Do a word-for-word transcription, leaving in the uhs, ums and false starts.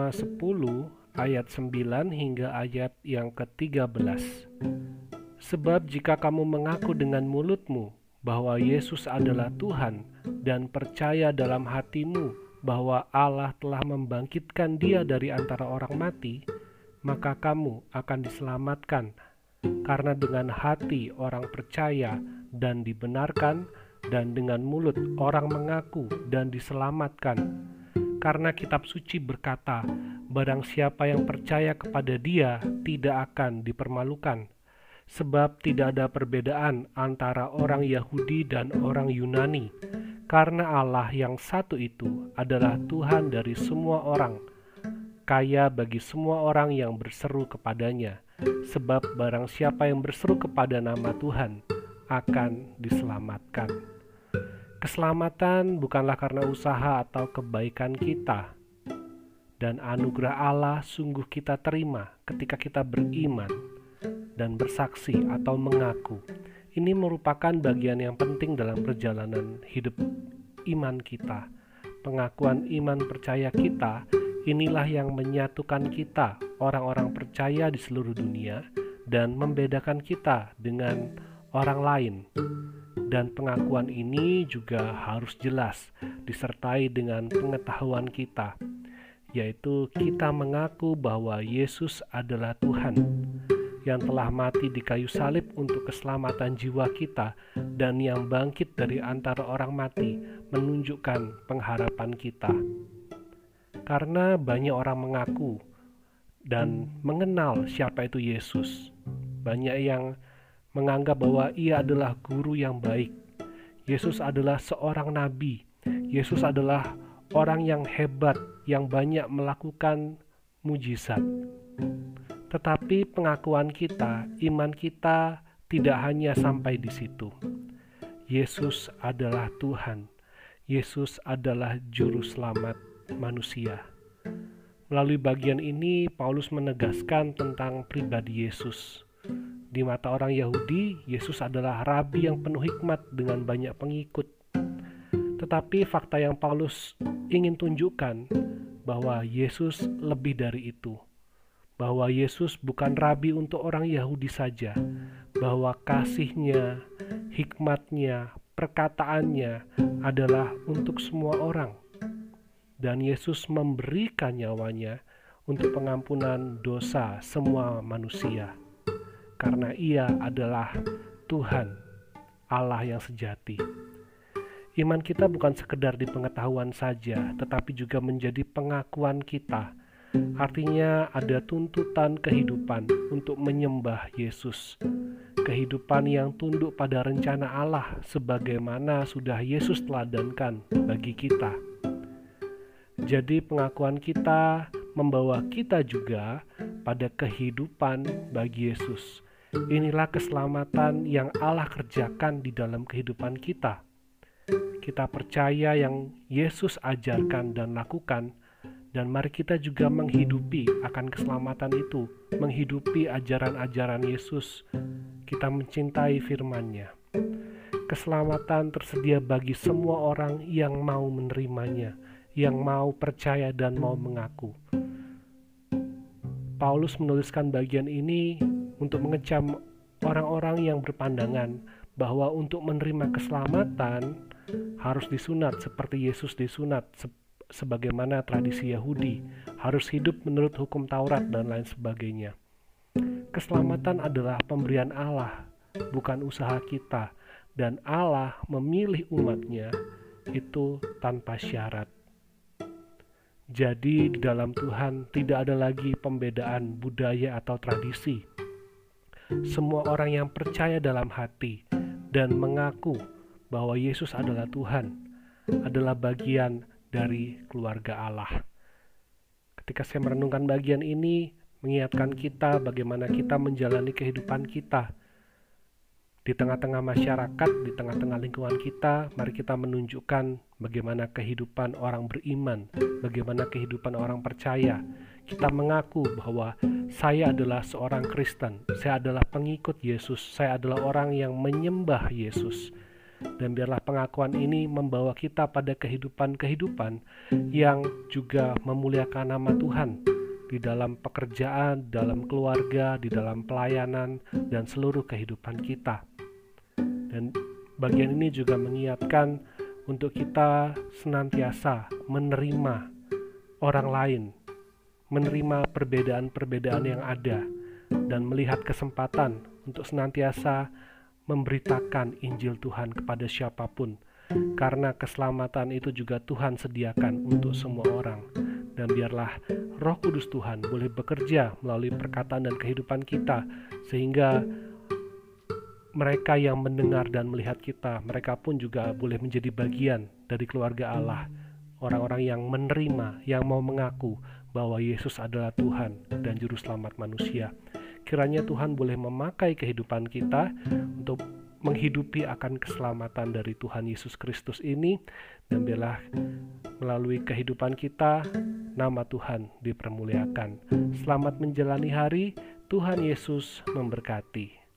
Roma sepuluh ayat sembilan hingga ayat yang ketiga belas. Sebab jika kamu mengaku dengan mulutmu bahwa Yesus adalah Tuhan dan percaya dalam hatimu bahwa Allah telah membangkitkan Dia dari antara orang mati, maka kamu akan diselamatkan. Karena dengan hati orang percaya dan dibenarkan, dan dengan mulut orang mengaku dan diselamatkan. Karena kitab suci berkata, barang siapa yang percaya kepada Dia tidak akan dipermalukan. Sebab tidak ada perbedaan antara orang Yahudi dan orang Yunani, karena Allah yang satu itu adalah Tuhan dari semua orang, kaya bagi semua orang yang berseru kepadanya. Sebab barang siapa yang berseru kepada nama Tuhan akan diselamatkan. Keselamatan bukanlah karena usaha atau kebaikan kita, dan anugerah Allah sungguh kita terima ketika kita beriman dan bersaksi atau mengaku. Ini merupakan bagian yang penting dalam perjalanan hidup iman kita. Pengakuan iman percaya kita, inilah yang menyatukan kita, orang-orang percaya di seluruh dunia, dan membedakan kita dengan orang lain. Dan pengakuan ini juga harus jelas, disertai dengan pengetahuan kita, yaitu kita mengaku bahwa Yesus adalah Tuhan, yang telah mati di kayu salib untuk keselamatan jiwa kita, dan yang bangkit dari antara orang mati, menunjukkan pengharapan kita. Karena banyak orang mengaku dan mengenal siapa itu Yesus. Banyak yang menganggap bahwa Ia adalah guru yang baik. Yesus adalah seorang nabi. Yesus adalah orang yang hebat, yang banyak melakukan mujizat. Tetapi pengakuan kita, iman kita tidak hanya sampai di situ. Yesus adalah Tuhan. Yesus adalah juru selamat manusia. Melalui bagian ini, Paulus menegaskan tentang pribadi Yesus. Di mata orang Yahudi, Yesus adalah rabi yang penuh hikmat dengan banyak pengikut. Tetapi fakta yang Paulus ingin tunjukkan bahwa Yesus lebih dari itu. Bahwa Yesus bukan rabi untuk orang Yahudi saja. Bahwa kasih-Nya, hikmat-Nya, perkataannya adalah untuk semua orang. Dan Yesus memberikan nyawanya untuk pengampunan dosa semua manusia. Karena Ia adalah Tuhan, Allah yang sejati. Iman kita bukan sekedar di pengetahuan saja, tetapi juga menjadi pengakuan kita. Artinya ada tuntutan kehidupan untuk menyembah Yesus. Kehidupan yang tunduk pada rencana Allah sebagaimana sudah Yesus teladankan bagi kita. Jadi pengakuan kita membawa kita juga pada kehidupan bagi Yesus. Inilah keselamatan yang Allah kerjakan di dalam kehidupan kita. Kita percaya yang Yesus ajarkan dan lakukan, dan mari kita juga menghidupi akan keselamatan itu, menghidupi ajaran-ajaran Yesus. Kita mencintai firman-Nya. Keselamatan tersedia bagi semua orang yang mau menerimanya, yang mau percaya dan mau mengaku. Paulus menuliskan bagian ini untuk mengecam orang-orang yang berpandangan bahwa untuk menerima keselamatan harus disunat seperti Yesus disunat, se- sebagaimana tradisi Yahudi, harus hidup menurut hukum Taurat dan lain sebagainya. Keselamatan adalah pemberian Allah, bukan usaha kita, dan Allah memilih umat-Nya itu tanpa syarat. Jadi di dalam Tuhan tidak ada lagi pembedaan budaya atau tradisi. Semua orang yang percaya dalam hati dan mengaku bahwa Yesus adalah Tuhan adalah bagian dari keluarga Allah. Ketika saya merenungkan bagian ini, mengingatkan kita bagaimana kita menjalani kehidupan kita di tengah-tengah masyarakat, di tengah-tengah lingkungan kita. Mari kita menunjukkan bagaimana kehidupan orang beriman, bagaimana kehidupan orang percaya. Kita mengaku bahwa saya adalah seorang Kristen, saya adalah pengikut Yesus, saya adalah orang yang menyembah Yesus. Dan biarlah pengakuan ini membawa kita pada kehidupan-kehidupan yang juga memuliakan nama Tuhan di dalam pekerjaan, dalam keluarga, di dalam pelayanan, dan seluruh kehidupan kita. Dan bagian ini juga mengingatkan untuk kita senantiasa menerima orang lain, menerima perbedaan-perbedaan yang ada, dan melihat kesempatan untuk senantiasa memberitakan Injil Tuhan kepada siapapun, karena keselamatan itu juga Tuhan sediakan untuk semua orang. Dan biarlah Roh Kudus Tuhan boleh bekerja melalui perkataan dan kehidupan kita, sehingga mereka yang mendengar dan melihat kita, mereka pun juga boleh menjadi bagian dari keluarga Allah, orang-orang yang menerima, yang mau mengaku bahwa Yesus adalah Tuhan dan Juru Selamat manusia. Kiranya Tuhan boleh memakai kehidupan kita untuk menghidupi akan keselamatan dari Tuhan Yesus Kristus ini, dan biarlah melalui kehidupan kita nama Tuhan dipermuliakan. Selamat menjalani hari, Tuhan Yesus memberkati.